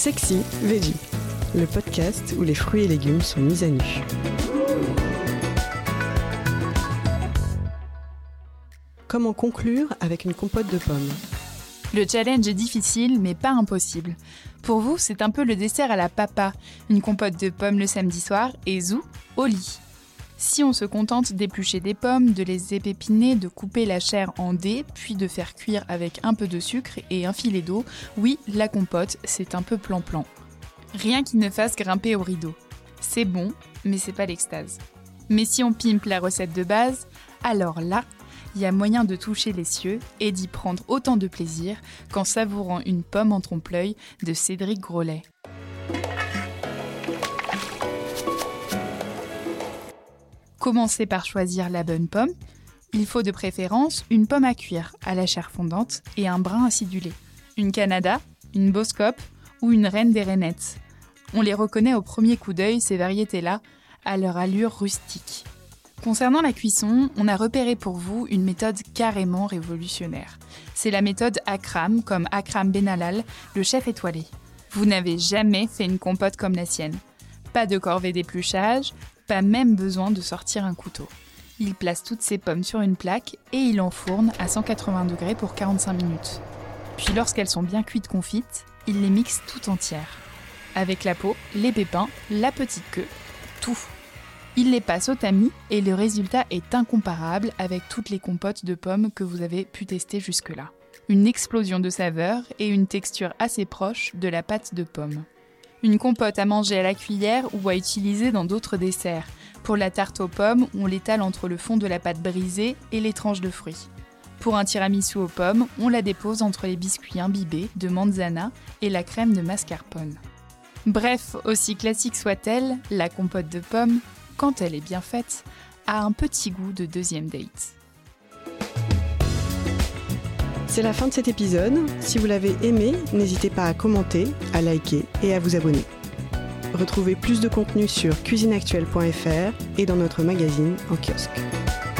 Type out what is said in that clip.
Sexy Veggie, le podcast où les fruits et légumes sont mis à nu. Comment conclure avec une compote de pommes ? Le challenge est difficile, mais pas impossible. Pour vous, c'est un peu le dessert à la papa, une compote de pommes le samedi soir et zou, au lit. Si on se contente d'éplucher des pommes, de les épépiner, de couper la chair en dés, puis de faire cuire avec un peu de sucre et un filet d'eau, oui, la compote, c'est un peu plan-plan. Rien qui ne fasse grimper au rideau. C'est bon, mais c'est pas l'extase. Mais si on pimpe la recette de base, alors là, il y a moyen de toucher les cieux et d'y prendre autant de plaisir qu'en savourant une pomme en trompe-l'œil de Cédric Grolet. Commencez par choisir la bonne pomme. Il faut de préférence une pomme à cuire, à la chair fondante et un brin acidulé. Une Canada, une Boskop ou une Reine des Rainettes. On les reconnaît au premier coup d'œil, ces variétés-là, à leur allure rustique. Concernant la cuisson, on a repéré pour vous une méthode carrément révolutionnaire. C'est la méthode Akram, comme Akram Benallal, le chef étoilé. Vous n'avez jamais fait une compote comme la sienne. Pas de corvée d'épluchage, pas même besoin de sortir un couteau. Il place toutes ses pommes sur une plaque et il enfourne à 180 degrés pour 45 minutes. Puis lorsqu'elles sont bien cuites confites, il les mixe tout entières. Avec la peau, les pépins, la petite queue, tout. Il les passe au tamis et le résultat est incomparable avec toutes les compotes de pommes que vous avez pu tester jusque-là. Une explosion de saveurs et une texture assez proche de la pâte de pomme. Une compote à manger à la cuillère ou à utiliser dans d'autres desserts. Pour la tarte aux pommes, on l'étale entre le fond de la pâte brisée et les tranches de fruits. Pour un tiramisu aux pommes, on la dépose entre les biscuits imbibés de manzana et la crème de mascarpone. Bref, aussi classique soit-elle, la compote de pommes, quand elle est bien faite, a un petit goût de deuxième date. C'est la fin de cet épisode. Si vous l'avez aimé, n'hésitez pas à commenter, à liker et à vous abonner. Retrouvez plus de contenu sur cuisineactuelle.fr et dans notre magazine en kiosque.